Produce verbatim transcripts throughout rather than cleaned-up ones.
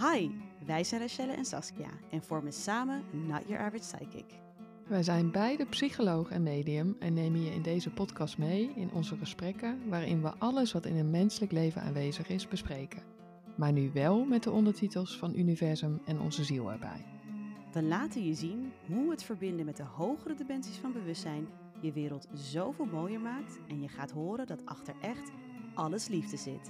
Hi, wij zijn Rachelle en Saskia en vormen samen Not Your Average Psychic. Wij zijn beide psycholoog en medium en nemen je in deze podcast mee in onze gesprekken waarin we alles wat in een menselijk leven aanwezig is bespreken. Maar nu wel met de ondertitels van universum en onze ziel erbij. We laten je zien hoe het verbinden met de hogere dimensies van bewustzijn je wereld zoveel mooier maakt en je gaat horen dat achter echt alles liefde zit.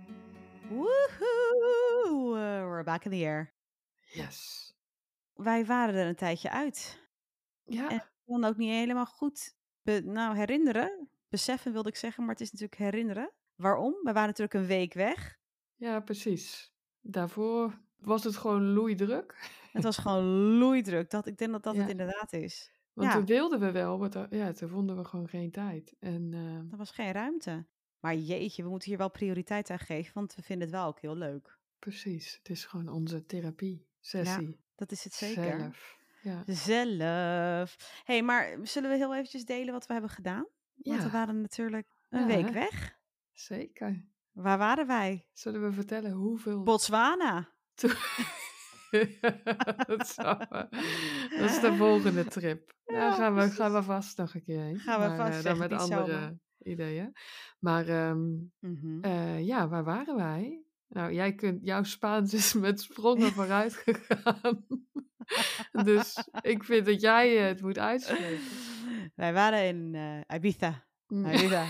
Woehoe! We're back in the air. Yes. Wij waren er een tijdje uit. Ja. En ik kon ook niet helemaal goed be- nou, herinneren. Beseffen wilde ik zeggen, maar het is natuurlijk herinneren. Waarom? We waren natuurlijk een week weg. Ja, precies. Daarvoor was het gewoon loeidruk. Het was gewoon loeidruk. Dat, ik denk dat dat Ja. het inderdaad is. Want Ja. toen wilden we wel, maar toen, ja, toen vonden we gewoon geen tijd. En, uh, Er was geen ruimte. Maar jeetje, we moeten hier wel prioriteit aan geven, want we vinden het wel ook heel leuk. Precies, het is gewoon onze therapie-sessie. Ja, dat is het zeker. Zelf. Ja. Zelf. Hé, hey, maar zullen we heel eventjes delen wat we hebben gedaan? Want Ja. we waren natuurlijk een Ja, week hè? weg. Zeker. Waar waren wij? Zullen we vertellen hoeveel... Botswana. dat, zou, dat is de volgende trip. Ja, Daar gaan we, precies. gaan we vast nog een keer heen. Gaan we maar, vast, uh, zeg dan het met niet andere zomaar. ideeën. Maar um, Mhm. uh, ja, waar waren wij? Nou, jij kunt, jouw Spaans is met sprongen vooruit gegaan. Dus ik vind dat jij uh, het moet uitspreken. Wij waren in uh, Ibiza. Ibiza.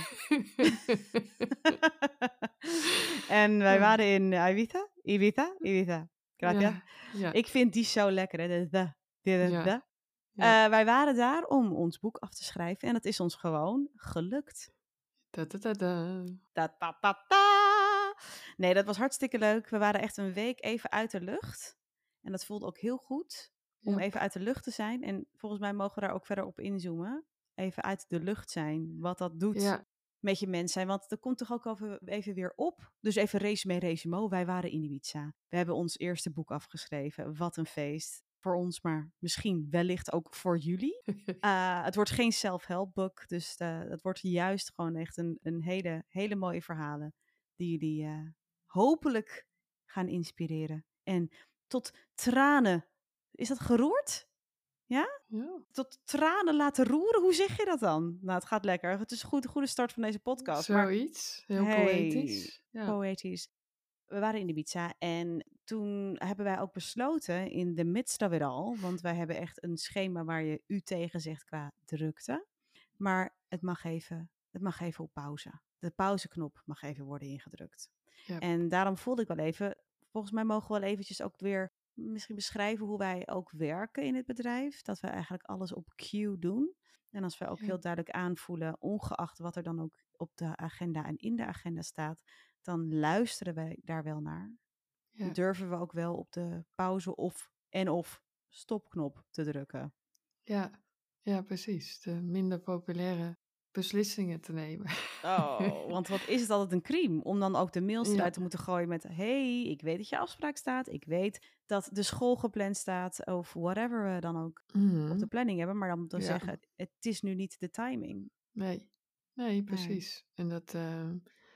En wij waren in Ibiza. Ibiza. Ibiza. Gracias. Ja, ja. Ik vind die zo lekker, hè? De, de, de, de. Ja. Ja. Uh, wij waren daar om ons boek af te schrijven en dat is ons gewoon gelukt. Da, da, da, da. Da, da, da, da. Nee, dat was hartstikke leuk. We waren echt een week even uit de lucht. En dat voelde ook heel goed om Yep. even uit de lucht te zijn. En volgens mij mogen we daar ook verder op inzoomen. Even uit de lucht zijn, wat dat doet Ja. met je mens zijn. Want er komt toch ook even weer op. Dus even resume, resume. Wij waren in Ibiza. We hebben ons eerste boek afgeschreven. Wat een feest. Voor ons, maar misschien wellicht ook voor jullie. Uh, het wordt geen self-help boek. Dus uh, het wordt juist gewoon echt een, een hele, hele mooie verhalen. Die jullie uh, hopelijk gaan inspireren. En tot tranen. Is dat geroerd? Ja? Ja? Tot tranen laten roeren? Hoe zeg je dat dan? Nou, het gaat lekker. Het is een goede, goede start van deze podcast. Zoiets. Maar... Heel hey, poëtisch. Ja. Poëtisch. We waren in Ibiza en toen hebben wij ook besloten in de midst of it all, want wij hebben echt een schema waar je u tegen zegt qua drukte, maar het mag even, het mag even op pauze. De pauzeknop mag even worden ingedrukt. Yep. En daarom voelde ik wel even, volgens mij mogen we wel eventjes ook weer misschien beschrijven hoe wij ook werken in het bedrijf, dat we eigenlijk alles op cue doen. En als we ook yep. heel duidelijk aanvoelen, ongeacht wat er dan ook op de agenda en in de agenda staat, dan luisteren wij daar wel naar. Ja. Durven we ook wel op de pauze of en of stopknop te drukken. Ja, ja, precies. De minder populaire beslissingen te nemen. Oh, want wat is het altijd een crime om dan ook de mails eruit ja. te moeten gooien met hey, ik weet dat je afspraak staat. Ik weet dat de school gepland staat of whatever we dan ook mm-hmm. op de planning hebben. Maar dan om te ja. zeggen, het is nu niet de timing. Nee, nee, precies. Nee. En dat... Uh...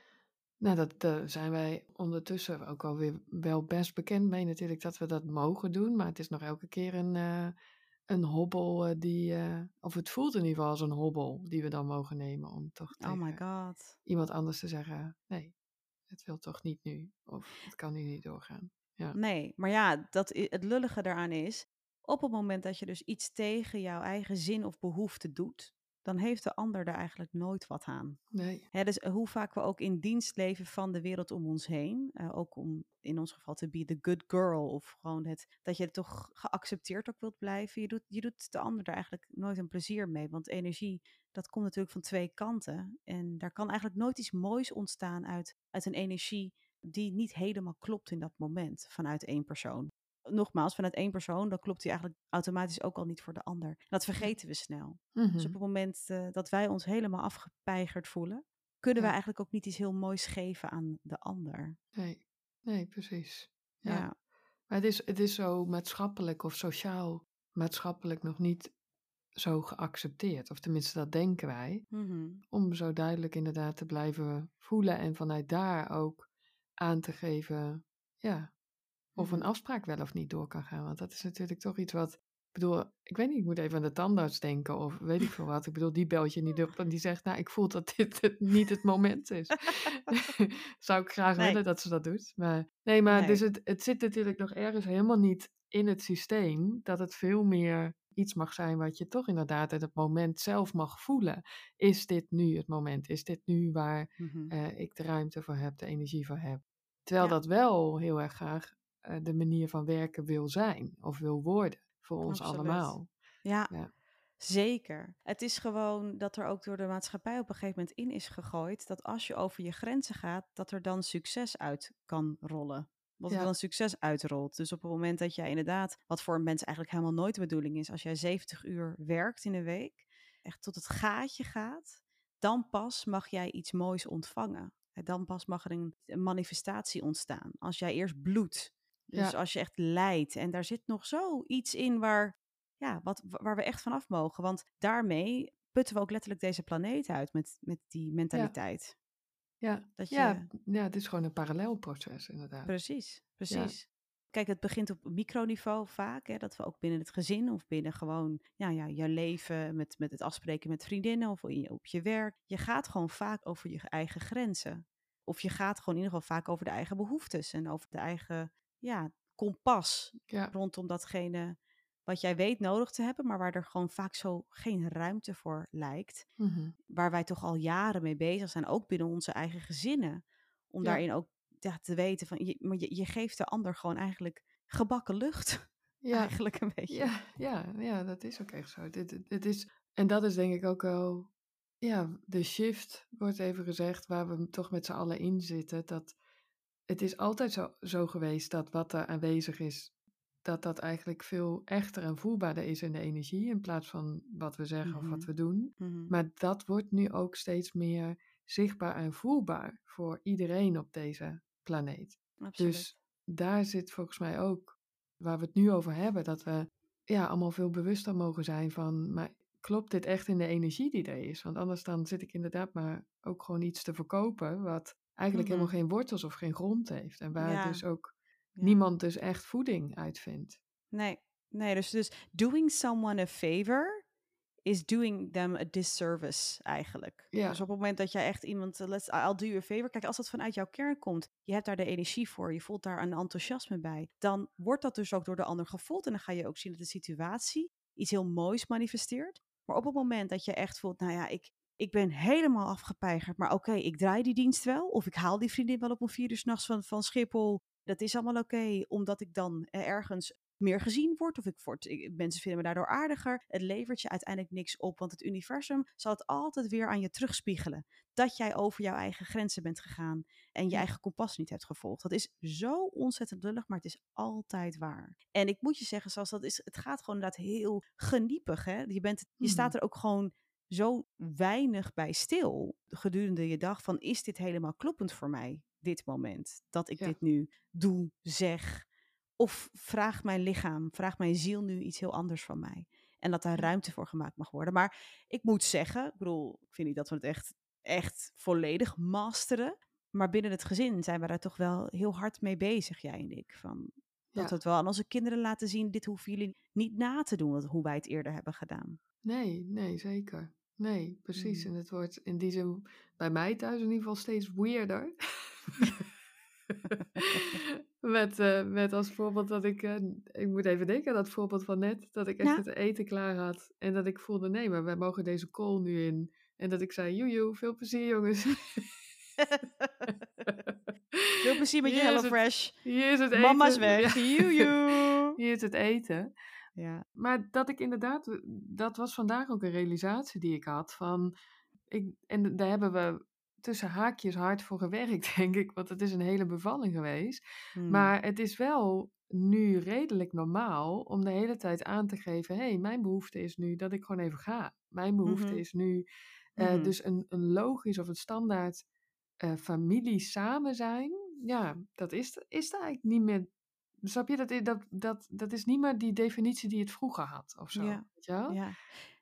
Nou, dat uh, zijn wij ondertussen ook alweer wel best bekend mee natuurlijk dat we dat mogen doen. Maar het is nog elke keer een, uh, een hobbel uh, die, uh, of het voelt in ieder geval als een hobbel die we dan mogen nemen. Om toch oh my God. iemand anders te zeggen, nee, het wil toch niet nu. Of het kan nu niet doorgaan. Ja. Nee, maar ja, dat, het lullige daaraan is, op het moment dat je dus iets tegen jouw eigen zin of behoefte doet, dan heeft de ander daar eigenlijk nooit wat aan. Nee. Hè, dus hoe vaak we ook in dienst leven van de wereld om ons heen. Uh, ook om in ons geval te be the good girl. Of gewoon het, dat je toch geaccepteerd ook wilt blijven. Je doet, je doet de ander daar eigenlijk nooit een plezier mee. Want energie, dat komt natuurlijk van twee kanten. En daar kan eigenlijk nooit iets moois ontstaan uit, uit een energie die niet helemaal klopt in dat moment vanuit één persoon. Nogmaals, vanuit één persoon, dan klopt die eigenlijk automatisch ook al niet voor de ander. En dat vergeten we snel. Mm-hmm. Dus op het moment uh, dat wij ons helemaal afgepeigerd voelen, kunnen ja. we eigenlijk ook niet iets heel moois geven aan de ander. Nee, nee, precies. Ja. ja. Maar het is, het is zo maatschappelijk of sociaal maatschappelijk nog niet zo geaccepteerd. Of tenminste, dat denken wij. Mm-hmm. Om zo duidelijk inderdaad te blijven voelen en vanuit daar ook aan te geven, ja... of een Mhm. afspraak wel of niet door kan gaan. Want dat is natuurlijk toch iets wat, ik bedoel, ik weet niet, ik moet even aan de tandarts denken of weet ik veel wat. Ik bedoel, die belt je niet op en die zegt, nou, ik voel dat dit het, niet het moment is. Zou ik graag Nee, willen dat ze dat doet. Maar nee, maar dus nee. het, het zit natuurlijk nog ergens helemaal niet in het systeem dat het veel meer iets mag zijn wat je toch inderdaad in het moment zelf mag voelen. Is dit nu het moment? Is dit nu waar Mhm. eh, ik de ruimte voor heb, de energie voor heb? Terwijl Ja, dat wel heel erg graag eh, de manier van werken wil zijn of wil worden voor ons absoluut. allemaal. Ja, Ja, zeker. Het is gewoon dat er ook door de maatschappij op een gegeven moment in is gegooid dat als je over je grenzen gaat, dat er dan succes uit kan rollen. Dat er ja, dan succes uitrolt. Dus op het moment dat jij inderdaad, wat voor een mens eigenlijk helemaal nooit de bedoeling is, als jij zeventig uur werkt in een week, echt tot het gaatje gaat, dan pas mag jij iets moois ontvangen. En dan pas mag er een, een manifestatie ontstaan. Als jij eerst bloedt, dus ja, als je echt lijdt en daar zit nog zoiets in waar ja, wat, waar we echt vanaf mogen. Want daarmee putten we ook letterlijk deze planeet uit met, met die ja, mentaliteit. ja, Dat ja, je, ja, het is gewoon een parallel proces inderdaad. precies, Ja, precies. Kijk, het begint op microniveau vaak, hè, dat we ook binnen het gezin of binnen gewoon ja, ja, je leven met, met het afspreken met vriendinnen of in je, op je werk. Je gaat gewoon vaak over je eigen grenzen. Of je gaat gewoon in ieder geval vaak over de eigen behoeftes en over de eigen ja, kompas ja, rondom datgene wat jij weet nodig te hebben, maar waar er gewoon vaak zo geen ruimte voor lijkt. mhm, Waar wij toch al jaren mee bezig zijn, ook binnen onze eigen gezinnen. Om ja, daarin ook ja, te weten van, je, maar je, je geeft de ander gewoon eigenlijk gebakken lucht. ja, Eigenlijk een beetje. ja, ja, ja, dat is ook echt zo. Dit, dit, dit is, en dat is denk ik ook wel, ja, de shift, wordt even gezegd, waar we toch met z'n allen in zitten. Dat het is altijd zo, zo geweest dat wat er aanwezig is, dat dat eigenlijk veel echter en voelbaarder is in de energie, in plaats van wat we zeggen of wat Mhm, we doen. mhm. Maar dat wordt nu ook steeds meer zichtbaar en voelbaar voor iedereen op deze planeet. Absoluut. Dus daar zit volgens mij ook, waar we het nu over hebben, dat we ja, allemaal veel bewuster mogen zijn van, maar klopt dit echt in de energie die er is? Want anders dan zit ik inderdaad maar ook gewoon iets te verkopen, wat eigenlijk helemaal Mhm. geen wortels of geen grond heeft. En waar dus Ja, ook ja. niemand dus echt voeding uit vindt. Nee, nee, dus, dus doing someone a favor is doing them a disservice eigenlijk. Dus Ja, op het moment dat jij echt iemand, eh, let's, I'll do you a favor. Kijk, als dat vanuit jouw kern komt, je hebt daar de energie voor, je voelt daar een enthousiasme bij, dan wordt dat dus ook door de ander gevoeld. En dan ga je ook zien dat de situatie iets heel moois manifesteert. Maar op het moment dat je echt voelt, nou ja, ik, ik ben helemaal afgepeigerd, maar oké, ik draai die dienst wel. Of ik haal die vriendin wel op een vier uur 's nachts van, van Schiphol. Dat is allemaal oké, omdat ik dan eh, ergens meer gezien wordt. Of ik word, ik, mensen vinden me daardoor aardiger. Het levert je uiteindelijk niks op. Want het universum zal het altijd weer aan je terugspiegelen. Dat jij over jouw eigen grenzen bent gegaan. En je ja, eigen kompas niet hebt gevolgd. Dat is zo ontzettend lullig, maar het is altijd waar. En ik moet je zeggen, zoals dat is, het gaat gewoon inderdaad heel geniepig. Hè? Je, bent, je mhm, staat er ook gewoon zo weinig bij stil gedurende je dag. Van is dit helemaal kloppend voor mij? Dit moment. Dat ik ja, dit nu doe, zeg. Of vraagt mijn lichaam, vraagt mijn ziel nu iets heel anders van mij? En dat daar ja, ruimte voor gemaakt mag worden. Maar ik moet zeggen, ik bedoel, ik vind niet dat we het echt, echt volledig masteren. Maar binnen het gezin zijn we daar toch wel heel hard mee bezig, jij en ik. Van, dat we ja. het wel aan onze kinderen laten zien. Dit hoeven jullie niet na te doen, wat- hoe wij het eerder hebben gedaan. Nee, nee, zeker. Nee, precies. Mhm. En het wordt in die zin bij mij thuis in ieder geval steeds weirder. Met, eh, met als voorbeeld dat ik, eh, ik moet even denken aan dat voorbeeld van net, dat ik echt Ja, het eten klaar had en dat ik voelde, nee, maar wij mogen deze call nu in. En dat ik zei, joejoe, veel plezier jongens. veel plezier met je Hier is het, HelloFresh. hier is het Mama is eten. Ja. weg. Joejoe. Hier is het eten. Ja. Maar dat ik inderdaad, dat was vandaag ook een realisatie die ik had van, ik, en daar hebben we tussen haakjes hard voor gewerkt, denk ik, want het is een hele bevalling geweest. Hmm. Maar het is wel nu redelijk normaal om de hele tijd aan te geven, hé, hey, mijn behoefte is nu dat ik gewoon even ga. Mijn behoefte Mhm. is nu eh, Mhm. dus een, een logisch of een standaard eh, familie samen zijn. Ja, dat is, is daar eigenlijk niet meer. Snap je? Dat, i- dat, dat, dat is niet meer die definitie die het vroeger had of zo. Ja, Weet je wel? ja.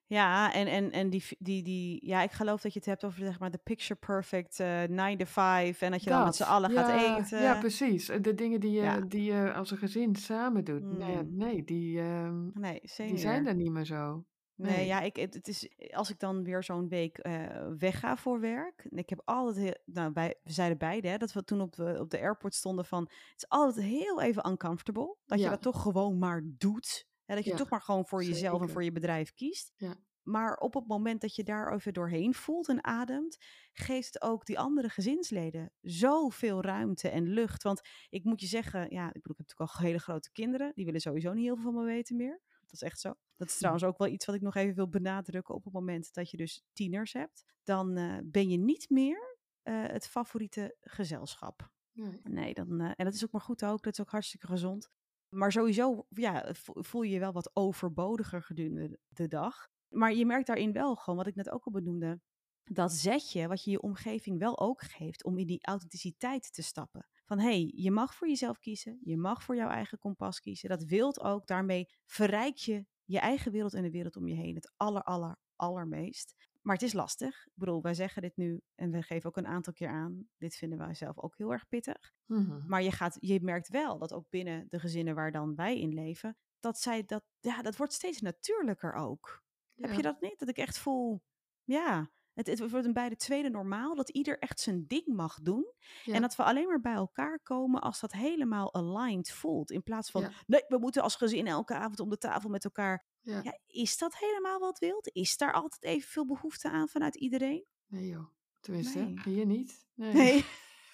Ja, en, en, en die, die, die, ja, ik geloof dat je het hebt over zeg maar de picture perfect uh, nine to five en dat je dan met z'n Dat, allen gaat ja, ja, eten. precies. De dingen die Ja, je die je als een gezin samen doet, nee, hmm. nee, die, ehm, Nee, same die zijn hier. er niet meer zo. Nee, Nee. ja, ik, het, het is als ik dan weer zo'n week uh, wegga voor werk. En ik heb altijd, heel, nou, wij, we zeiden beide, hè, dat we toen op de, op de airport stonden van, het is altijd heel even uncomfortable. Dat je Ja, dat toch gewoon maar doet. Hè, dat je ja, toch maar gewoon voor jezelf en zeker. voor je bedrijf kiest. Ja. Maar op het moment dat je daar even doorheen voelt en ademt, geeft het ook die andere gezinsleden zoveel ruimte en lucht. Want ik moet je zeggen, ja, ik bedoel, ik heb natuurlijk al hele grote kinderen. Die willen sowieso niet heel veel van me weten meer. Dat is echt zo. Dat is trouwens ook wel iets wat ik nog even wil benadrukken op het moment dat je dus tieners hebt. Dan uh, ben je niet meer uh, het favoriete gezelschap. Nee. Nee, dan, uh, en dat is ook maar goed ook. Dat is ook hartstikke gezond. Maar sowieso ja, voel je je wel wat overbodiger gedurende de dag. Maar je merkt daarin wel gewoon, wat ik net ook al benoemde, dat zetje wat je je omgeving wel ook geeft om in die authenticiteit te stappen. Van hé, hey, je mag voor jezelf kiezen, je mag voor jouw eigen kompas kiezen. Dat wilt ook, daarmee verrijk je je eigen wereld en de wereld om je heen het aller, aller, allermeest. Maar het is lastig. Ik bedoel, wij zeggen dit nu en we geven ook een aantal keer aan. Dit vinden wij zelf ook heel erg pittig. Mm-hmm. Maar je, gaat, je merkt wel dat ook binnen de gezinnen waar dan wij in leven, dat zij dat, ja, dat wordt steeds natuurlijker ook. Ja. Heb je dat niet? Dat ik echt voel, ja, het, het wordt een bij de tweede normaal, dat ieder echt zijn ding mag doen. Ja. En dat we alleen maar bij elkaar komen als dat helemaal aligned voelt. In plaats van, ja. nee, we moeten als gezin elke avond om de tafel met elkaar. Ja. Ja, is dat helemaal wat wilt? Is daar altijd evenveel behoefte aan vanuit iedereen? Nee joh, tenminste, nee. hier niet. Nee. nee.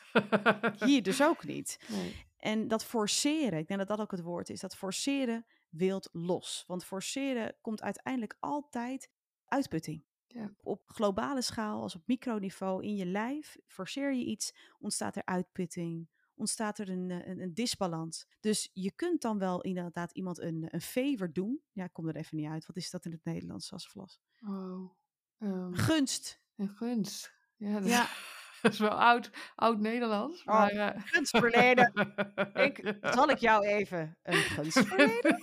Hier dus ook niet. Nee. En dat forceren, ik denk dat dat ook het woord is, dat forceren wilt los. Want forceren komt uiteindelijk altijd uitputting. Ja. Op globale schaal als op microniveau in je lijf, forceer je iets, ontstaat er uitputting, ontstaat er een, een, een disbalans. Dus je kunt dan wel inderdaad iemand een, een favor doen. Ja, ik kom er even niet uit. Wat is dat in het Nederlands als vlas? Oh, um, gunst. Een gunst. Ja, dat, ja. dat is wel oud, oud Nederlands. Oh, maar, uh... gunst verleden. ik, zal ik jou even een gunst verleden?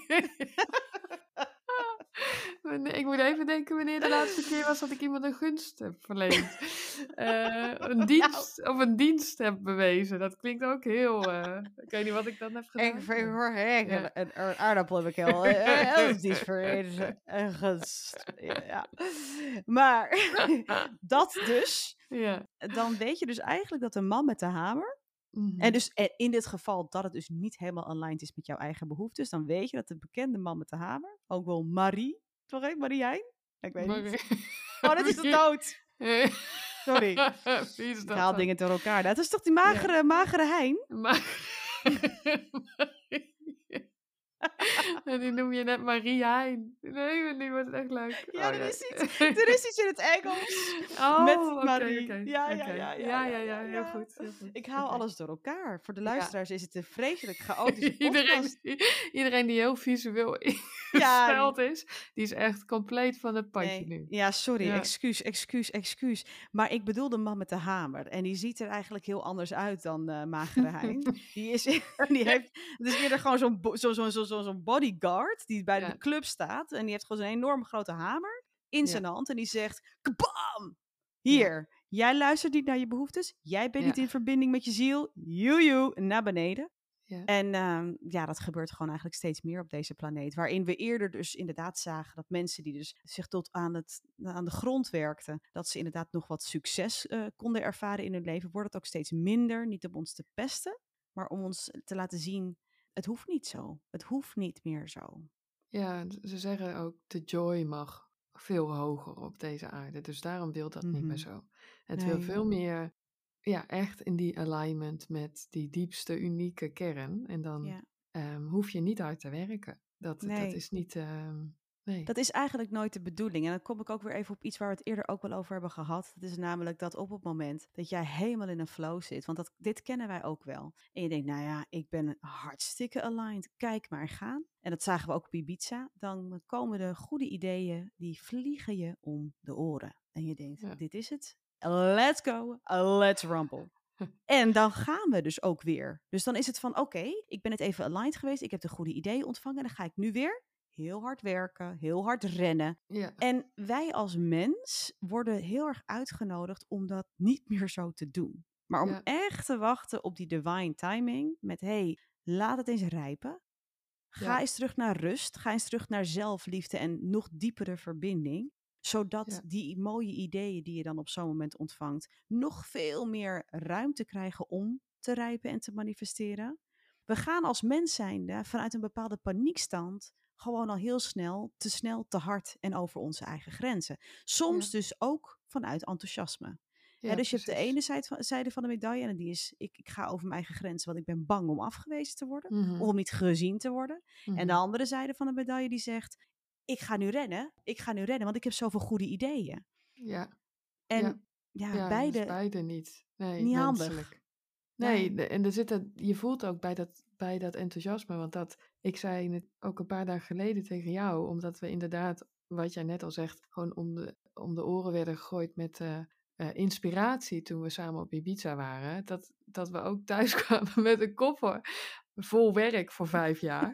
Ik moet even denken wanneer de laatste keer was dat ik iemand een gunst heb verleend. uh, een dienst of een dienst heb bewezen. Dat klinkt ook heel... Uh, ik weet niet wat ik dan heb gedaan. Ik vind voor ik ja. een, een aardappel heb ik heel een dienst verleend. Een gunst. Ja. Maar dat dus. Ja. Dan weet je dus eigenlijk dat de man met de hamer. Mm-hmm. En dus in dit geval dat het dus niet helemaal aligned is met jouw eigen behoeftes. Dan weet je dat de bekende man met de hamer, ook wel Marie, toch hè? Marie Hein? Ik weet Marie. niet. Oh, dat is de dood. Sorry. Wie is dat ik haal dingen door elkaar. Dat is toch die magere, ja. magere Hein? Ma- En die noem je net Marie Hein. Nee, nu wordt het echt leuk. Ja, oh, er, ja. Is iets, er is iets in het Engels. Oh, met Marie. Okay, okay, ja, ja, okay. ja, ja, ja, ja, ja, heel goed. Heel goed. Ik haal okay. alles door elkaar. Voor de luisteraars ja. is het een vreselijk chaotische iedereen, podcast. Iedereen die heel visueel ingesteld ja. is, die is echt compleet van het padje nee. nu. Ja, sorry. Ja. Excuus, excuus, excuus. Maar ik bedoel de man met de hamer. En die ziet er eigenlijk heel anders uit dan uh, magere Hein. die, is, die heeft, het is eerder gewoon zo'n zo, zo, zo, zo, zo bodyguard die bij ja. de club staat. En die heeft gewoon zo'n enorme grote hamer in zijn ja. hand. En die zegt, kabam! Hier, ja. jij luistert niet naar je behoeftes. Jij bent ja. niet in verbinding met je ziel. Joejoe, naar beneden. Ja. En uh, ja, dat gebeurt gewoon eigenlijk steeds meer op deze planeet. Waarin we eerder dus inderdaad zagen dat mensen die dus zich tot aan, het, aan de grond werkten, dat ze inderdaad nog wat succes uh, konden ervaren in hun leven, wordt het ook steeds minder. Niet om ons te pesten, maar om ons te laten zien, het hoeft niet zo. Het hoeft niet meer zo. Ja, ze zeggen ook, de joy mag veel hoger op deze aarde. Dus daarom wil dat mm-hmm. niet meer zo. Het nee. wil veel meer... Ja, echt in die alignment met die diepste, unieke kern. En dan ja. um, hoef je niet hard te werken. Dat, nee. dat is niet... Um, nee. Dat is eigenlijk nooit de bedoeling. En dan kom ik ook weer even op iets waar we het eerder ook wel over hebben gehad. Dat is namelijk dat op het moment dat jij helemaal in een flow zit. Want dat, dit kennen wij ook wel. En je denkt, nou ja, ik ben hartstikke aligned. Kijk maar gaan. En dat zagen we ook op Ibiza. Dan komen de goede ideeën, die vliegen je om de oren. En je denkt, ja. dit is het. Let's go, let's rumble. En dan gaan we dus ook weer. Dus dan is het van, oké, okay, ik ben het even aligned geweest. Ik heb de goede ideeën ontvangen. En dan ga ik nu weer heel hard werken, heel hard rennen. Ja. En wij als mens worden heel erg uitgenodigd om dat niet meer zo te doen. Maar om Ja. echt te wachten op die divine timing met, hey, laat het eens rijpen. Ga Ja. eens terug naar rust. Ga eens terug naar zelfliefde en nog diepere verbinding. Zodat Ja. die mooie ideeën die je dan op zo'n moment ontvangt, nog veel meer ruimte krijgen om te rijpen en te manifesteren. We gaan als mens zijnde vanuit een bepaalde paniekstand gewoon al heel snel, te snel, te hard en over onze eigen grenzen. Soms Ja. dus ook vanuit enthousiasme. Hè, Ja, dus je hebt de precies. ene zijde van, zijde van de medaille en die is, ik, ik ga over mijn eigen grenzen, want ik ben bang om afgewezen te worden Mhm. of om niet gezien te worden. En de Mhm. andere zijde van de medaille die zegt, ik ga nu rennen, ik ga nu rennen, want ik heb zoveel goede ideeën. Ja. Ja. En ja, Ja, dat is beide beide niet. Nee, niet handig. menselijk. Nee, Nee. de- en er zit dat, je voelt ook bij dat, bij dat enthousiasme, want dat, ik zei het ook een paar dagen geleden tegen jou, omdat we inderdaad, wat jij net al zegt, gewoon om de, om de oren werden gegooid met eh, eh, inspiratie toen we samen op Ibiza waren, dat, dat we ook thuis kwamen met een koffer vol werk voor vijf jaar.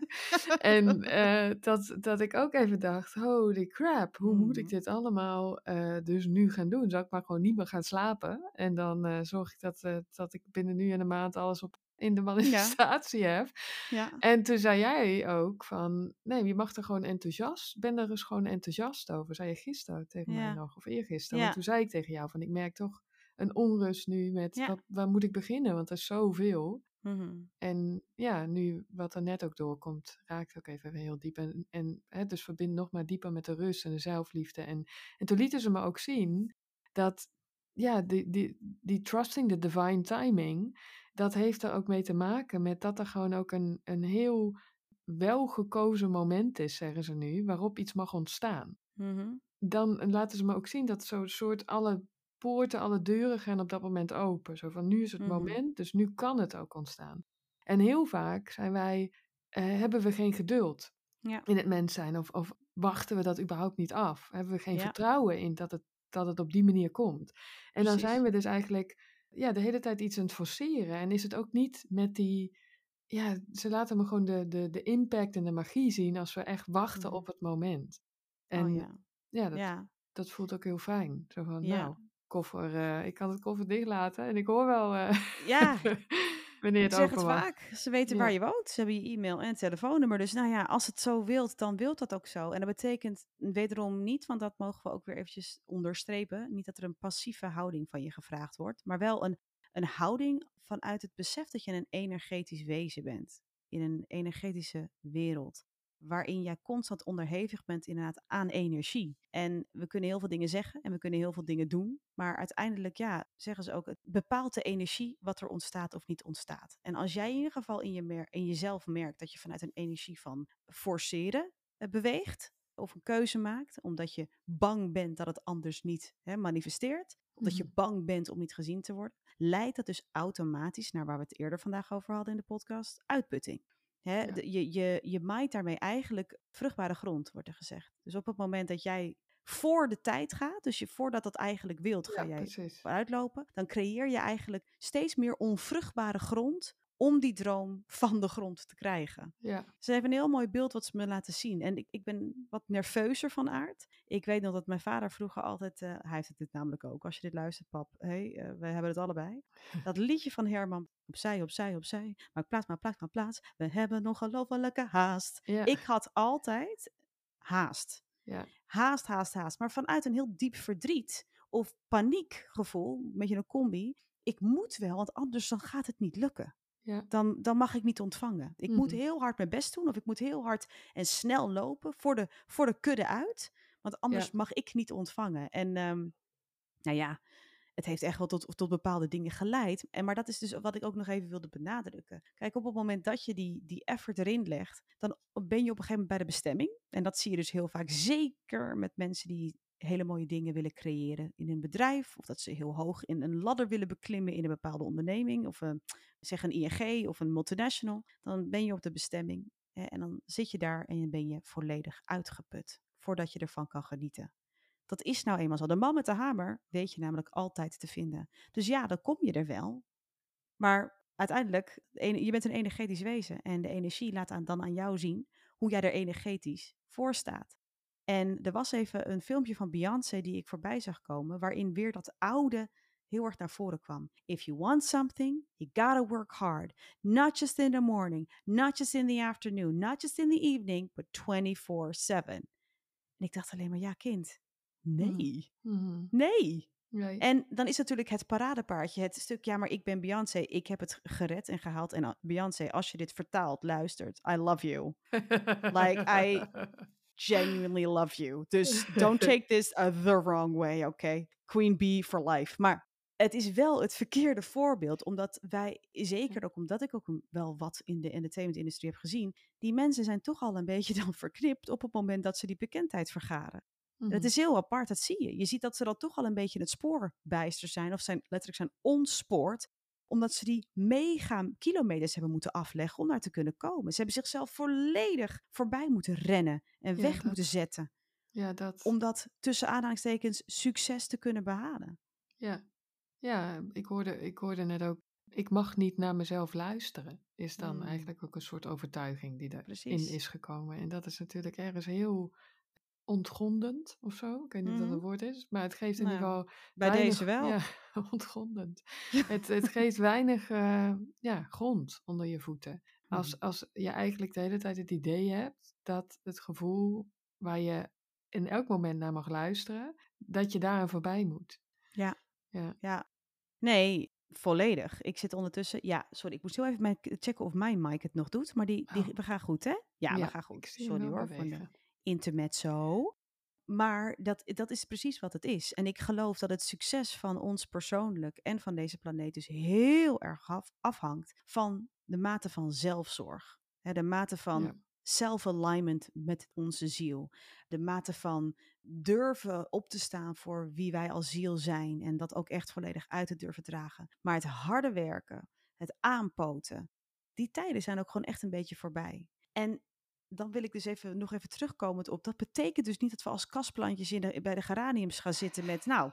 En eh, dat, dat ik ook even dacht, holy crap, hoe moet ik Mhm. dit allemaal eh, dus nu gaan doen? Zal ik maar gewoon niet meer gaan slapen? En dan eh, zorg ik dat, eh, dat ik binnen nu en een maand alles op in de Ja, manifestatie heb. ja, En toen zei jij ook van, nee, je mag er gewoon enthousiast, ben er eens gewoon enthousiast over. Zei je gisteren tegen mij ja, nog, of eergisteren. Want ja, toen zei ik tegen jou van, ik merk toch een onrust nu met, ja. wat, waar moet ik beginnen? Want er is zoveel. Mhm. En ja, nu wat er net ook doorkomt, raakt ook even heel diep. En, en hè, dus verbind nog maar dieper met de rust en de zelfliefde. En, en toen lieten ze me ook zien dat, ja, die, die, die trusting the divine timing, dat heeft er ook mee te maken met dat er gewoon ook een, een heel welgekozen moment is, zeggen ze nu, waarop iets mag ontstaan. Mhm. Dan laten ze me ook zien dat zo'n soort alle poorten, alle deuren gaan op dat moment open. Zo van, nu is het Mhm. moment, dus nu kan het ook ontstaan. En heel vaak zijn wij, eh, hebben we geen geduld Ja, in het mens zijn. Of, of wachten we dat überhaupt niet af. Hebben we geen ja, vertrouwen in dat het, dat het op die manier komt. En dan zijn precies. we dus eigenlijk ja, de hele tijd iets aan het forceren. En is het ook niet met die... Ja, ze laten me gewoon de, de, de impact en de magie zien als we echt wachten Mhm. op het moment. Oh En ja, ja, dat, ja, dat voelt ook heel fijn. Zo van, ja. nou, koffer, eh, ik kan het koffer dicht laten en ik hoor wel eh, Ja, wanneer ik het zeg het open mag. vaak. Ze weten waar Ja, je woont. Ze hebben je e-mail en telefoonnummer. Dus nou ja, als het zo wilt, dan wilt dat ook zo. En dat betekent wederom niet, want dat mogen we ook weer eventjes onderstrepen. Niet dat er een passieve houding van je gevraagd wordt. Maar wel een, een houding vanuit het besef dat je een energetisch wezen bent. In een energetische wereld. Waarin jij constant onderhevig bent inderdaad aan energie. En we kunnen heel veel dingen zeggen en we kunnen heel veel dingen doen. Maar uiteindelijk, ja, zeggen ze ook, het bepaalt de energie wat er ontstaat of niet ontstaat. En als jij in ieder geval in, je mer- in jezelf merkt dat je vanuit een energie van forceren eh, beweegt, of een keuze maakt, omdat je bang bent dat het anders niet hè, manifesteert, omdat je mhm, bang bent om niet gezien te worden, leidt dat dus automatisch naar waar we het eerder vandaag over hadden in de podcast, uitputting. Hè, ja, de- je, je, je maait daarmee eigenlijk vruchtbare grond, wordt er gezegd. Dus op het moment dat jij voor de tijd gaat, dus je, voordat dat eigenlijk wilt, ga ja, jij precies. uitlopen, dan creëer je eigenlijk steeds meer onvruchtbare grond om die droom van de grond te krijgen. Ja, Ze hebben een heel mooi beeld wat ze me laten zien. En ik, ik ben wat nerveuzer van aard. Ik weet nog dat mijn vader vroeger altijd, uh, hij heeft het dit namelijk ook, als je dit luistert pap, hey, uh, we hebben het allebei. Dat liedje van Herman, opzij, opzij, opzij, maak plaats, maak plaats, maak plaats, we hebben nog ongelofelijke haast. ja, Ik had altijd haast. ja, Haast, haast, haast. Maar vanuit een heel diep verdriet of paniekgevoel, een beetje een combi. Ik moet wel, want anders dan gaat het niet lukken. ja, Dan, dan mag ik niet ontvangen. Ik moet mhm, heel hard mijn best doen of ik moet heel hard en snel lopen voor de, voor de kudde uit. Want ja, anders mag ik niet ontvangen. En um, nou ja, het heeft echt wel tot, tot bepaalde dingen geleid. En, maar dat is dus wat ik ook nog even wilde benadrukken. Kijk, op het moment dat je die, die effort erin legt, dan ben je op een gegeven moment bij de bestemming. En dat zie je dus heel vaak, zeker met mensen die hele mooie dingen willen creëren in een bedrijf. Of dat ze heel hoog in een ladder willen beklimmen in een bepaalde onderneming. Of uh, zeg een I N G of een multinational. Dan ben je op de bestemming. Hè, en dan zit je daar en ben je volledig uitgeput. Voordat je ervan kan genieten. Dat is nou eenmaal zo. De man met de hamer weet je namelijk altijd te vinden. Dus ja, dan kom je er wel. Maar uiteindelijk, je bent een energetisch wezen. En de energie laat aan, dan aan jou zien hoe jij er energetisch voor staat. En er was even een filmpje van Beyoncé die ik voorbij zag komen, waarin weer dat oude heel erg naar voren kwam. If you want something, you gotta work hard. Not just in the morning, not just in the afternoon, not just in the evening, but twenty-four seven. En ik dacht alleen maar, ja kind, Mhm. nee, Mhm. nee. Nee. En dan is natuurlijk het paradepaardje, het stuk, ja, maar ik ben Beyoncé, ik heb het gered en gehaald. En a- Beyoncé, als je dit vertaalt, luistert, I love you. Like, I genuinely love you. Dus don't take this uh, the wrong way, okay? Queen bee for life. Maar het is wel het verkeerde voorbeeld, omdat wij, zeker ook omdat ik ook een- wel wat in de entertainment-industrie heb gezien, die mensen zijn toch al een beetje dan verknipt op het moment dat ze die bekendheid vergaren. En dat Mhm. is heel apart, dat zie je. Je ziet dat ze dan toch al een beetje het spoorbijster zijn, of zijn letterlijk zijn ontspoord, omdat ze die mega kilometers hebben moeten afleggen om daar te kunnen komen. Ze hebben zichzelf volledig voorbij moeten rennen en Ja, weg moeten dat. zetten, Ja, dat. om dat tussen aanhalingstekens succes te kunnen behalen. Ja. Ja, ik hoorde, ik hoorde net ook, ik mag niet naar mezelf luisteren, is dan Mm, eigenlijk ook een soort overtuiging die erin precies. is gekomen. En dat is natuurlijk ergens heel ontgrondend of zo. Ik weet niet of dat Mhm. een woord is, maar het geeft in ieder Nou, geval bij deze weinig, wel. ja, ontgrondend. Het, het geeft weinig eh, ja, grond onder je voeten. Mhm. Als, als je eigenlijk de hele tijd het idee hebt dat het gevoel waar je in elk moment naar mag luisteren, dat je daaraan voorbij moet. Ja, Ja. ja. Nee, volledig. Ik zit ondertussen. Ja, sorry, ik moest heel even mijn, checken of mijn mic het nog doet. Maar die, die, Oh, we gaan goed, hè? Ja, we ja, gaan ik goed. zie hem Sorry wel hoor voor de bewegen. intermezzo. Maar dat, dat is precies wat het is. En ik geloof dat het succes van ons persoonlijk en van deze planeet dus heel erg af, afhangt van de mate van zelfzorg. Hè, de mate van Ja, self-alignment met onze ziel. De mate van durven op te staan voor wie wij als ziel zijn. En dat ook echt volledig uit te durven dragen. Maar het harde werken, het aanpoten, die tijden zijn ook gewoon echt een beetje voorbij. En dan wil ik dus even, nog even terugkomen op. Dat betekent dus niet dat we als kastplantjes in de, bij de geraniums gaan zitten met, nou,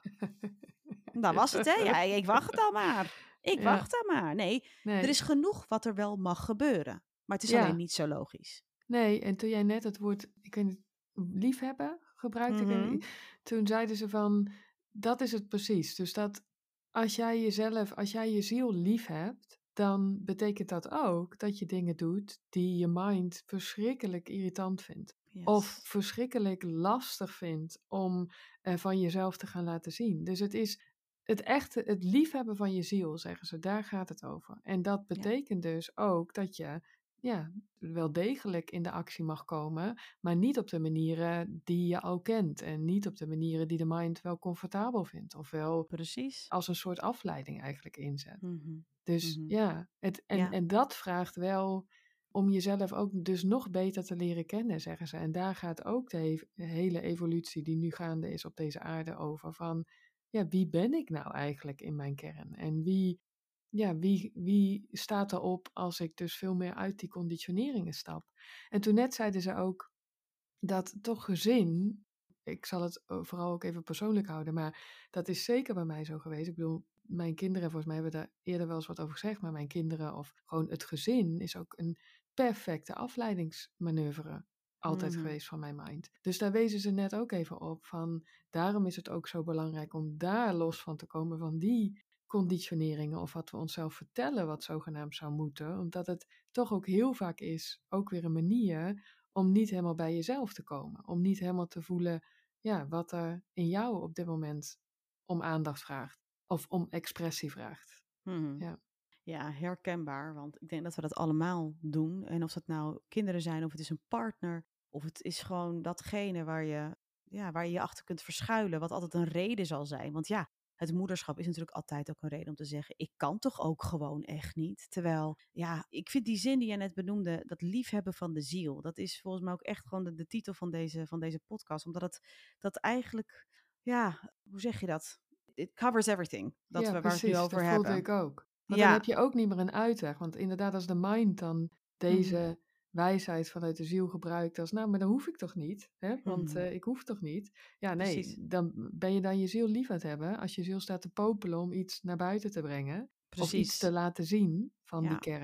dat was het hè. Ja, ik wacht het al maar. Ik ja, wacht dan maar. Nee, er nee, is genoeg wat er wel mag gebeuren. Maar het is alleen ja, niet zo logisch. nee. En toen jij net het woord, ik weet niet, liefhebben gebruikte, ik weet Mhm. niet, toen zeiden ze van, dat is het precies. Dus dat als jij jezelf, als jij je ziel lief hebt, dan betekent dat ook dat je dingen doet die je mind verschrikkelijk irritant vindt. Of Yes. verschrikkelijk lastig vindt om eh, van jezelf te gaan laten zien. Dus het is het echte, het liefhebben van je ziel, zeggen ze, daar gaat het over. En dat Ja, betekent dus ook dat je ja, wel degelijk in de actie mag komen, maar niet op de manieren die je al kent. En niet op de manieren die de mind wel comfortabel vindt. Of wel precies. als een soort afleiding eigenlijk inzet. Mhm. Dus Mhm. ja, het, en, Ja, en dat vraagt wel om jezelf ook dus nog beter te leren kennen, zeggen ze. En daar gaat ook de he- hele evolutie die nu gaande is op deze aarde over. Van, ja, wie ben ik nou eigenlijk in mijn kern? En wie, ja, wie, wie staat erop als ik dus veel meer uit die conditioneringen stap? En toen net zeiden ze ook dat toch gezin, ik zal het eh, vooral ook even persoonlijk houden, maar dat is zeker bij mij zo geweest. Ik bedoel, mijn kinderen, volgens mij hebben we daar eerder wel eens wat over gezegd, maar mijn kinderen of gewoon het gezin is ook een perfecte afleidingsmanoeuvre altijd Mhm. geweest van mijn mind. Dus daar wezen ze net ook even op van, daarom is het ook zo belangrijk om daar los van te komen van die conditioneringen of wat we onszelf vertellen wat zogenaamd zou moeten, omdat het toch ook heel vaak is, ook weer een manier om niet helemaal bij jezelf te komen. Om niet helemaal te voelen ja, wat er in jou op dit moment om aandacht vraagt. Of om expressie vraagt. Mhm. Ja, Ja, herkenbaar, want ik denk dat we dat allemaal doen. En of dat nou kinderen zijn, of het is een partner, of het is gewoon datgene waar je, ja, waar je je achter kunt verschuilen, wat altijd een reden zal zijn. Want ja, het moederschap is natuurlijk altijd ook een reden om te zeggen, ik kan toch ook gewoon echt niet. Terwijl, ja, ik vind die zin die jij net benoemde, dat liefhebben van de ziel, dat is volgens mij ook echt gewoon de, de titel van deze, van deze podcast. Omdat het dat eigenlijk, ja, hoe zeg je dat? It covers everything, dat ja we waar we het nu precies. Dat over voelde hebben. ik ook. Want dan heb Ja, je ook niet meer een uitweg. Want inderdaad, als de mind dan mhm, deze wijsheid vanuit de ziel gebruikt als, nou, maar dan hoef ik toch niet, hè? Want mhm. eh, ik hoef toch niet. Ja, nee, Precies, dan ben je dan je ziel lief aan het hebben als je ziel staat te popelen om iets naar buiten te brengen of iets te precies. laten zien van die Ja, kern.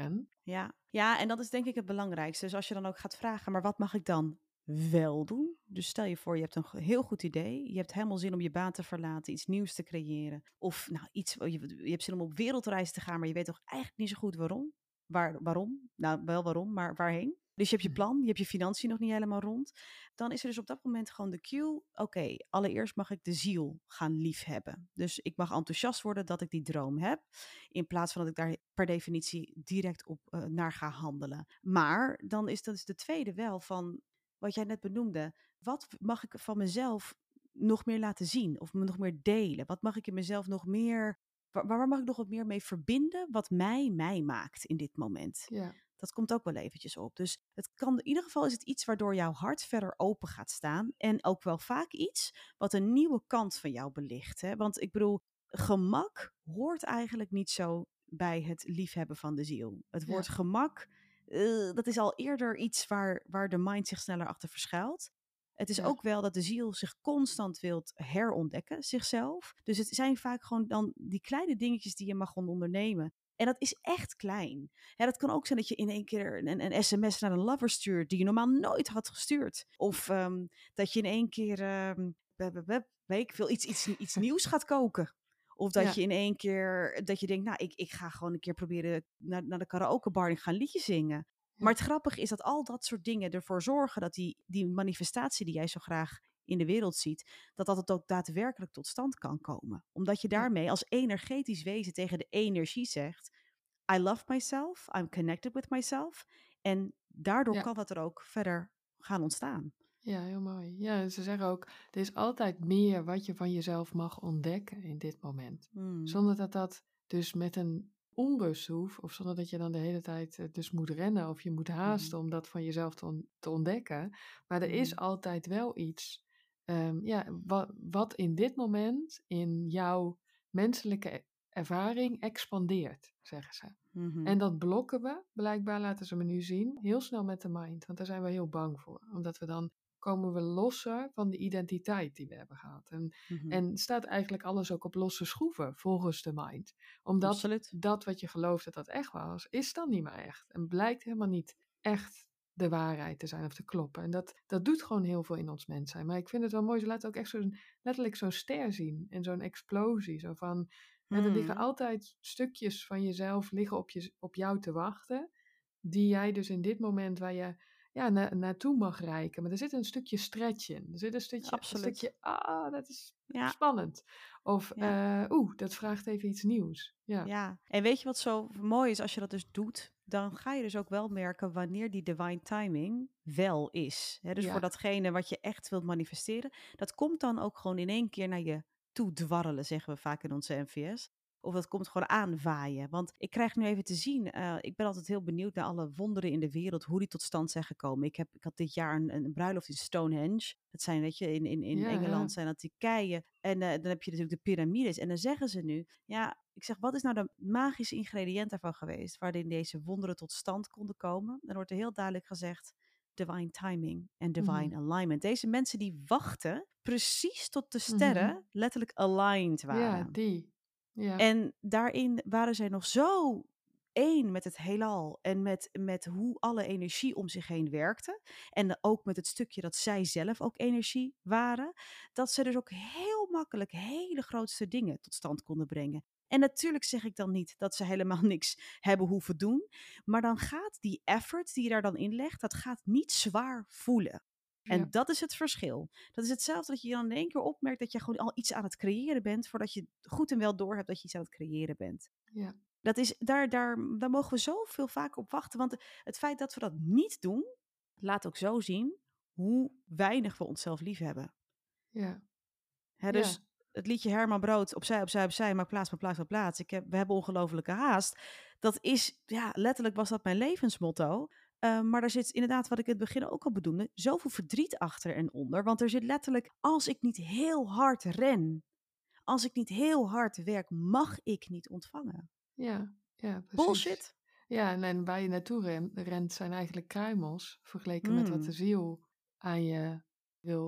Ja. Ja, en dat is denk ik het belangrijkste. Dus als je dan ook gaat vragen, maar wat mag ik dan wel doen? Dus stel je voor, je hebt een ge- heel goed idee. Je hebt helemaal zin om je baan te verlaten, iets nieuws te creëren. Of nou, iets, je, je hebt zin om op wereldreis te gaan, maar je weet toch eigenlijk niet zo goed waarom. Waar, waarom? Nou, wel waarom, maar waarheen? Dus je hebt je Mhm. plan, je hebt je financiën nog niet helemaal rond. Dan is er dus op dat moment gewoon de cue. Oké, allereerst mag ik de ziel gaan liefhebben. Dus ik mag enthousiast worden dat ik die droom heb. In plaats van dat ik daar per definitie direct op uh, naar ga handelen. Maar dan is dat dus de tweede wel van wat jij net benoemde. Wat mag ik van mezelf nog meer laten zien of me nog meer delen? Wat mag ik in mezelf nog meer, waar, waar mag ik nog wat meer mee verbinden wat mij mij maakt in dit moment? Ja, Dat komt ook wel eventjes op. Dus het kan, in ieder geval is het iets waardoor jouw hart verder open gaat staan. En ook wel vaak iets wat een nieuwe kant van jou belicht. Hè? Want ik bedoel, gemak hoort eigenlijk niet zo bij het liefhebben van de ziel. Het woord ja, gemak, uh, dat is al eerder iets waar, waar de mind zich sneller achter verschuilt. Het is ja, ook wel dat de ziel zich constant wilt herontdekken, zichzelf. Dus het zijn vaak gewoon dan die kleine dingetjes die je mag ondernemen. En dat is echt klein. Ja, dat kan ook zijn dat je in één keer een, een sms naar een lover stuurt die je normaal nooit had gestuurd. Of um, dat je in één keer, um, weet ik veel, iets, iets, iets nieuws gaat koken. Of dat ja, je in één keer, dat je denkt, nou, ik, ik ga gewoon een keer proberen naar, naar de karaokebar en ik ga een liedje zingen. Maar ja, het grappige is dat al dat soort dingen ervoor zorgen dat die, die manifestatie die jij zo graag in de wereld ziet, dat dat het ook daadwerkelijk tot stand kan komen. Omdat je ja, daarmee als energetisch wezen tegen de energie zegt, I love myself, I'm connected with myself. En daardoor ja. kan dat er ook verder gaan ontstaan. Ja, heel mooi. Ja, en ze zeggen ook, er is altijd meer wat je van jezelf mag ontdekken in dit moment. Hmm. Zonder dat dat dus met een onrust hoeft, of zonder dat je dan de hele tijd eh, dus moet rennen of je moet Mhm. haasten om dat van jezelf te, on- te ontdekken. Maar er is Mhm. altijd wel iets, ehm, ja, wat, wat in dit moment in jouw menselijke e- ervaring expandeert, zeggen ze. Mhm. En dat blokken we, blijkbaar laten ze me nu zien, heel snel met de mind. Want daar zijn we heel bang voor. Omdat we dan komen we losser van de identiteit die we hebben gehad. En, Mhm. en staat eigenlijk alles ook op losse schroeven volgens de mind. Omdat Absoluut. dat wat je gelooft dat dat echt was, is dan niet meer echt. En blijkt helemaal niet echt de waarheid te zijn of te kloppen. En dat, dat doet gewoon heel veel in ons mens zijn. Maar ik vind het wel mooi, ze laten ook echt zo'n, letterlijk zo'n ster zien. En zo'n explosie. Zo van, hè, er liggen Mhm. altijd stukjes van jezelf liggen op, je, op jou te wachten. Die jij dus in dit moment waar je ja, na, naartoe mag reiken. Maar er zit een stukje stretch in. Er zit een stukje, een Absoluut. stukje ah, dat is Ja. spannend. Of, Ja. uh, oeh, dat vraagt even iets nieuws. Ja, Ja. En weet je wat zo mooi is als je dat dus doet? Dan ga je dus ook wel merken wanneer die divine timing wel is. Hè, dus voor ja, datgene wat je echt wilt manifesteren, dat komt dan ook gewoon in één keer naar je toe dwarrelen, zeggen we vaak in onze N V S. Of dat komt gewoon aanwaaien. Want ik krijg nu even te zien, uh, ik ben altijd heel benieuwd naar alle wonderen in de wereld, hoe die tot stand zijn gekomen. Ik, heb, ik had dit jaar een, een bruiloft in Stonehenge. Dat zijn, weet je, in, in, in ja, Engeland ja. zijn dat die keien. En uh, dan heb je natuurlijk de piramides. En dan zeggen ze nu, ja, ik zeg, wat is nou de magische ingrediënt daarvan geweest, waarin deze wonderen tot stand konden komen? Dan wordt er heel duidelijk gezegd, divine timing en Mhm, divine alignment. Deze mensen die wachten precies tot de mhm. sterren letterlijk aligned Ja, waren. die. Ja, En daarin waren zij nog zo één met het heelal en met, met hoe alle energie om zich heen werkte. En ook met het stukje dat zij zelf ook energie waren. Dat ze dus ook heel makkelijk hele grootste dingen tot stand konden brengen. En natuurlijk zeg ik dan niet dat ze helemaal niks hebben hoeven doen. Maar dan gaat die effort die je daar dan in legt, dat gaat niet zwaar voelen. ja, En dat is het verschil. Dat is hetzelfde dat je dan in één keer opmerkt dat je gewoon al iets aan het creëren bent, voordat je goed en wel doorhebt dat je iets aan het creëren bent. ja, Dat is, daar, daar, daar mogen we zoveel vaker op wachten. Want het feit dat we dat niet doen, laat ook zo zien hoe weinig we onszelf lief hebben. ja, Hè, ja, dus het liedje Herman Brood, opzij, opzij, opzij, maak plaats, maak plaats, maak plaats. Ik heb, we hebben ongelofelijke haast. Dat is, ja, letterlijk was dat mijn levensmotto. Uh, maar daar zit inderdaad, wat ik in het begin ook al bedoelde, zoveel verdriet achter en onder. Want er zit letterlijk, als ik niet heel hard ren, als ik niet heel hard werk, mag ik niet ontvangen. ja, ja, precies. Bullshit. Ja, en, en waar je naartoe ren- rent zijn eigenlijk kruimels, vergeleken met wat de Hmm. ziel aan je wil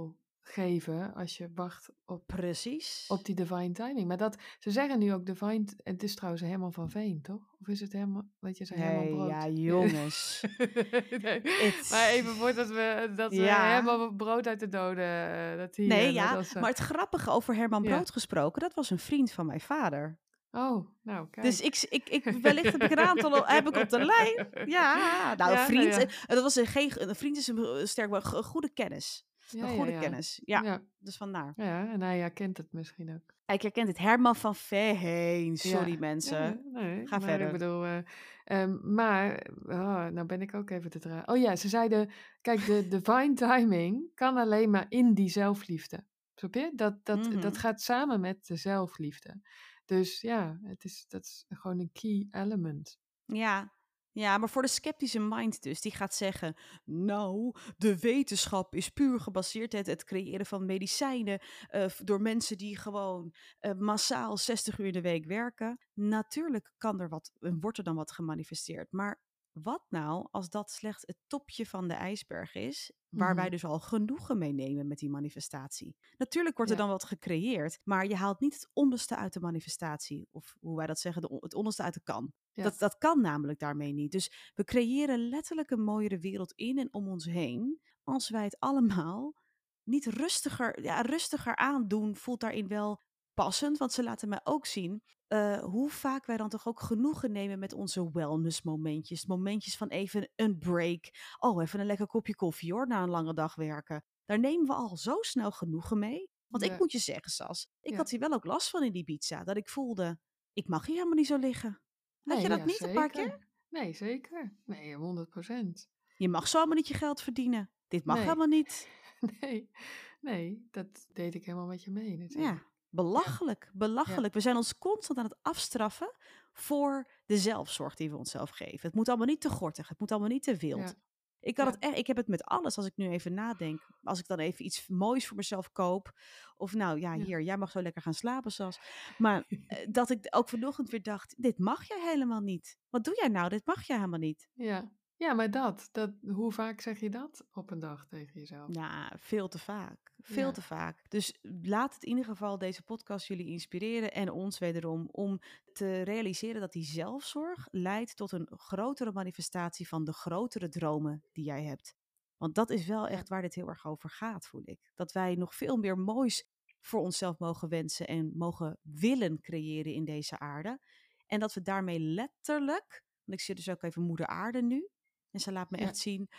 geven als je wacht op, Precies. op die divine timing. Maar dat, ze zeggen nu ook divine, het is trouwens Herman van Veen, toch? Of is het Herman, weet je, zei Herman Nee, ja, Brood? jongens. Nee. Maar Het, even voordat we, dat we ja. Herman Brood uit de doden, eh, dat hij Nee, eh, net ja, als... eh, maar het grappige over Herman ja. Brood gesproken, dat was een vriend van mijn vader. Oh, nou, Dus kijk. ik, ik, ik, wellicht heb ik een aantal al- heb ik op de lijn. Ja, nou, een Ja, nou vriend, ja. eh, dat was een, geen, een vriend is een eh, sterk woord, een goede kennis. Ja, Een ja, goede ja. kennis, ja. Ja, Dus vandaar. ja, en hij herkent het misschien ook. Ik herken het, Herman van Veen. Sorry Ja, mensen. ja, nee, Ga maar ik verder. bedoel, eh, ehm, maar, oh, nou ben ik ook even te draaien. Oh ja, ze zeiden, kijk, de divine timing kan alleen maar in die zelfliefde. Snap je? Dat, dat, Mhm. dat gaat samen met de zelfliefde. Dus ja, het is, dat is gewoon een key element. Ja. Ja, maar voor de sceptische mind dus, die gaat zeggen, nou, de wetenschap is puur gebaseerd op het creëren van medicijnen eh, f- door mensen die gewoon eh, massaal zestig uur in de week werken. Natuurlijk kan er wat, en wordt er dan wat gemanifesteerd, maar wat nou als dat slechts het topje van de ijsberg is, waar wij Mhm. dus al genoegen mee nemen met die manifestatie? Natuurlijk wordt er Ja, dan wat gecreëerd, maar je haalt niet het onderste uit de manifestatie, of hoe wij dat zeggen, de, on- het onderste uit de kan. ja, Dat, dat kan namelijk daarmee niet. Dus we creëren letterlijk een mooiere wereld in en om ons heen. Als wij het allemaal niet rustiger, ja, rustiger aandoen, voelt daarin wel passend. Want ze laten mij ook zien eh, hoe vaak wij dan toch ook genoegen nemen met onze wellness momentjes. Momentjes van even een break. Oh, even een lekker kopje koffie hoor, na een lange dag werken. Daar nemen we al zo snel genoegen mee. Want ik ja, moet je zeggen, Sas, ik ja. had hier wel ook last van in die pizza. Dat ik voelde, ik mag hier helemaal niet zo liggen. Had je Nee, dat ja, niet een paar keer? zeker. Nee, zeker. Nee, honderd procent. Je mag zo allemaal niet je geld verdienen. Dit mag Nee, helemaal niet. nee, nee, dat deed ik helemaal met je mee Ja, natuurlijk. Ja, belachelijk, ja, belachelijk. We zijn ons constant aan het afstraffen voor de zelfzorg die we onszelf geven. Het moet allemaal niet te gortig, het moet allemaal niet te wild. ja, Ik, had het ja. echt, ik heb het met alles, als ik nu even nadenk. Als ik dan even iets moois voor mezelf koop. Of nou ja, Ja. hier, jij mag zo lekker gaan slapen, Sas. Maar eh, dat ik ook vanochtend weer dacht, dit mag jij helemaal niet. Wat doe jij nou? Dit mag jij helemaal niet. Ja, ja, maar dat, dat, hoe vaak zeg je dat op een dag tegen jezelf? Ja, veel te vaak. Veel Ja, te vaak. Dus laat het in ieder geval deze podcast jullie inspireren en ons wederom om te realiseren dat die zelfzorg leidt tot een grotere manifestatie van de grotere dromen die jij hebt. Want dat is wel ja, echt waar dit heel erg over gaat, voel ik. Dat wij nog veel meer moois voor onszelf mogen wensen en mogen willen creëren in deze aarde. En dat we daarmee letterlijk, want ik zie dus ook even moeder aarde nu. En ze laat me ja. echt zien,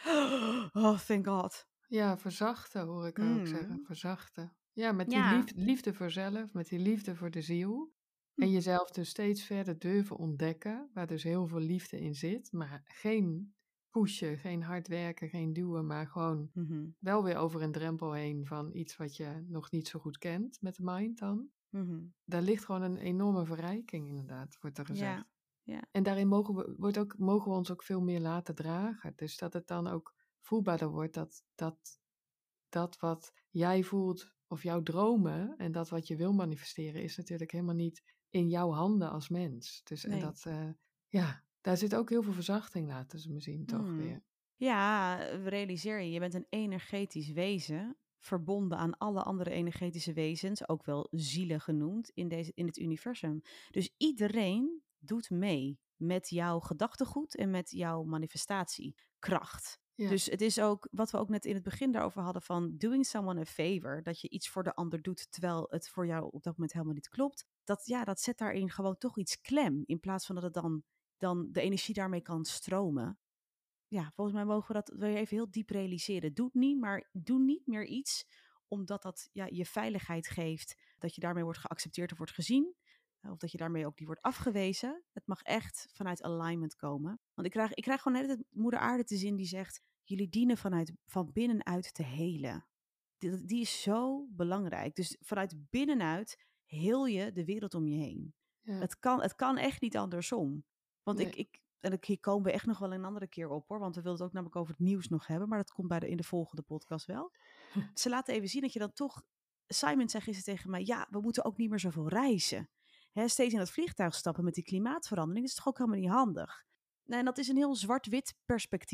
oh thank God. Ja, verzachten hoor ik haar ook zeggen, Mm. verzachten. Ja, met die Ja. liefde, liefde voor zelf, met die liefde voor de ziel. Hm. En jezelf dus steeds verder durven ontdekken, waar dus heel veel liefde in zit. Maar geen pushen, geen hard werken, geen duwen, maar gewoon Mhm. wel weer over een drempel heen van iets wat je nog niet zo goed kent met de mind dan. Mhm. Daar ligt gewoon een enorme verrijking inderdaad, wordt er gezegd. Ja. Ja. En daarin mogen we, wordt ook, mogen we ons ook veel meer laten dragen. Dus dat het dan ook voelbaarder wordt dat, dat dat wat jij voelt of jouw dromen en dat wat je wil manifesteren is natuurlijk helemaal niet in jouw handen als mens. Dus en Nee. dat, eh, ja, daar zit ook heel veel verzachting, laten ze me zien, toch Mm. weer. Ja, realiseer je, je bent een energetisch wezen, verbonden aan alle andere energetische wezens, ook wel zielen genoemd in, deze, in het universum. Dus iedereen doet mee met jouw gedachtegoed en met jouw manifestatiekracht. Ja, Dus het is ook, wat we ook net in het begin daarover hadden van doing someone a favor, dat je iets voor de ander doet terwijl het voor jou op dat moment helemaal niet klopt. Dat, ja, dat zet daarin gewoon toch iets klem, in plaats van dat het dan, dan de energie daarmee kan stromen. Ja, volgens mij mogen we dat weer even heel diep realiseren. Doe het niet, maar doe niet meer iets omdat dat ja, je veiligheid geeft. Dat je daarmee wordt geaccepteerd of wordt gezien. eh, Of dat je daarmee ook die wordt afgewezen. Het mag echt vanuit alignment komen. Want ik krijg, ik krijg gewoon net het moeder aarde te zien die zegt, jullie dienen vanuit, van binnenuit te helen. Die, die is zo belangrijk. Dus vanuit binnenuit heel je de wereld om je heen. ja, Het kan, het kan echt niet andersom. Want ik, nee, ik, en ik- hier komen we echt nog wel een andere keer op hoor. Want we wilden het ook namelijk over het nieuws nog hebben. Maar dat komt bij de, in de volgende podcast wel. Ze laten even zien dat je dan toch... Simon zei gisteren tegen mij, ja, we moeten ook niet meer zoveel reizen. Hè, steeds in het vliegtuig stappen met die klimaatverandering, dat is toch ook helemaal niet handig. Nou, en dat is een heel zwart-wit perspectief.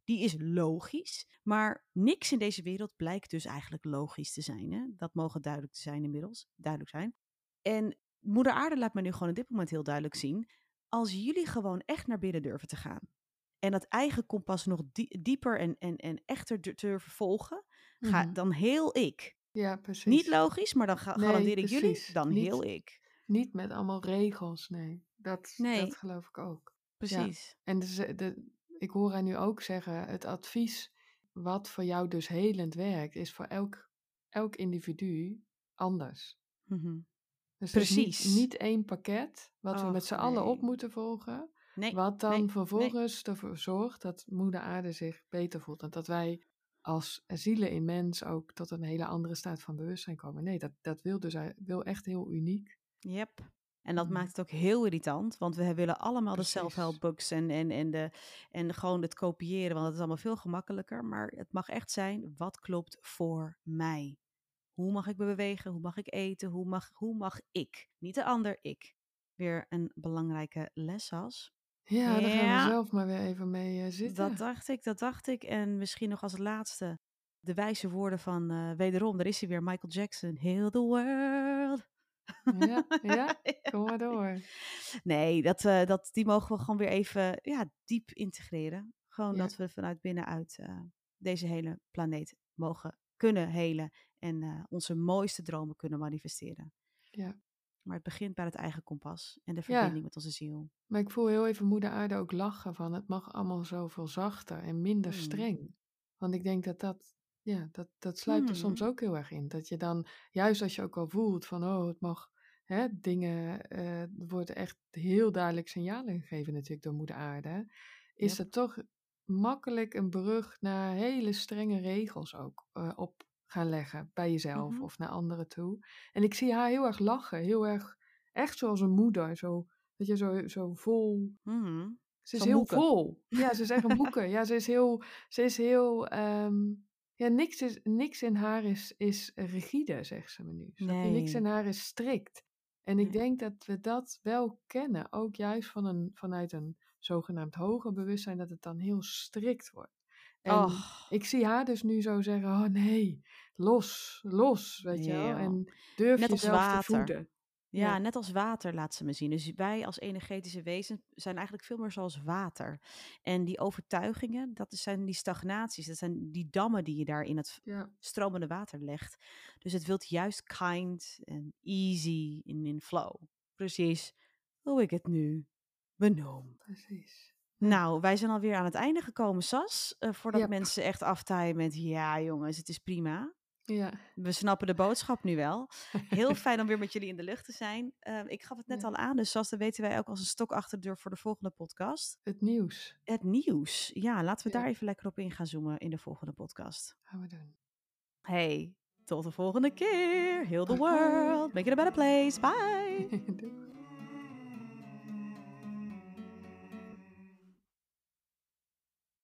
die is logisch. Maar niks in deze wereld blijkt dus eigenlijk logisch te zijn. Hè? Dat mogen duidelijk te zijn inmiddels. Duidelijk zijn. En Moeder Aarde laat me nu gewoon op dit moment heel duidelijk zien. Als jullie gewoon echt naar binnen durven te gaan. En dat eigen kompas nog die, dieper en, en, en echter durven volgen. Ga, Mhm. dan heel ik. Ja, Niet precies. logisch, maar dan ga, Nee, garandeer ik jullie. precies. Dan Niet, heel ik. niet met allemaal regels, nee. Dat, dat Nee, geloof ik ook. Ja. precies. En de, ze- de, ik hoor haar nu ook zeggen, het advies wat voor jou dus helend werkt, is voor elk, elk individu anders. Mhm. Dus er is niet, Precies. niet één pakket wat we met Och, z'n allen op nee. moeten volgen, Nee, wat dan nee, nee. vervolgens ervoor zorgt dat Moeder Aarde zich beter voelt. En dat wij als zielen in mens ook tot een hele andere staat van bewustzijn komen. Nee, dat, dat wil dus ei- wil echt heel uniek. Yep. En dat Mm, maakt het ook heel irritant, want we willen allemaal de precies. self-help books en, en, en, de, en gewoon het kopiëren, want het is allemaal veel gemakkelijker. Maar het mag echt zijn, wat klopt voor mij? Hoe mag ik me bewegen? Hoe mag ik eten? Hoe mag, hoe mag ik? Niet de ander, ik. Weer een belangrijke les, Has. Ja, daar gaan we Ja, zelf maar weer even mee eh, dat zitten. dacht ik, dat dacht ik. En misschien nog als laatste de wijze woorden van, eh, wederom, daar is hij weer, Michael Jackson. Heal the world. Ja, ja, kom maar door. Nee, dat, eh, dat, die mogen we gewoon weer even ja, diep integreren. Gewoon Ja, dat we vanuit binnenuit eh, deze hele planeet mogen kunnen helen. En eh, onze mooiste dromen kunnen manifesteren. ja. Maar het begint bij het eigen kompas en de Ja, verbinding met onze ziel. maar ik voel heel even Moeder Aarde ook lachen van het mag allemaal zoveel zachter en minder Hmm. streng. Want ik denk dat dat, ja, dat, dat sluipt er soms Hmm. ook heel erg in. Dat je dan, juist als je ook al voelt van, oh, het mag, hè, dingen, eh, er worden echt heel duidelijk signalen gegeven natuurlijk door Moeder Aarde. Is Yep. er toch makkelijk een brug naar hele strenge regels ook eh, op gaan leggen bij jezelf Mhm. of naar anderen toe. En ik zie haar heel erg lachen, heel erg, echt zoals een moeder, zo, weet je, zo, zo vol. Mhm. Ze is Zo'n heel moeke. vol. Ja, ze is echt een moeke. Ja, ze is heel, ze is heel, ehm, ja, niks, is, niks in haar is, is rigide, zegt ze me nu. Snap je? Niks in Nee. haar is strikt. En ik Nee. denk dat we dat wel kennen, ook juist van een, vanuit een zogenaamd hoger bewustzijn, dat het dan heel strikt wordt. En Och. ik zie haar dus nu zo zeggen, oh nee, los, los, weet je wel. Ja. En durf Net als jezelf te water. voeden. Ja, Ja, net als water laat ze me zien. Dus wij als energetische wezens zijn eigenlijk veel meer zoals water. En die overtuigingen, dat zijn die stagnaties. Dat zijn die dammen die je daar in het ja, stromende water legt. Dus het wilt juist kind en easy in, in flow. Precies hoe ik het nu benoem. precies. Nou, Nou, wij zijn alweer aan het einde gekomen, Sas. Eh, voordat ja, mensen echt aftaaien met, ja jongens, het is prima. ja, We snappen de boodschap nu wel. Heel fijn om weer met jullie in de lucht te zijn. Uh, ik gaf het net ja. al aan, dus Sas, dat weten wij ook als een stok achter de deur voor de volgende podcast. Het nieuws. Het nieuws. Ja, laten we Ja. daar even lekker op in gaan zoomen in de volgende podcast. Gaan we doen. Hey, tot de volgende keer. Heal the Bye. world. Make it a better place. Bye. Doei.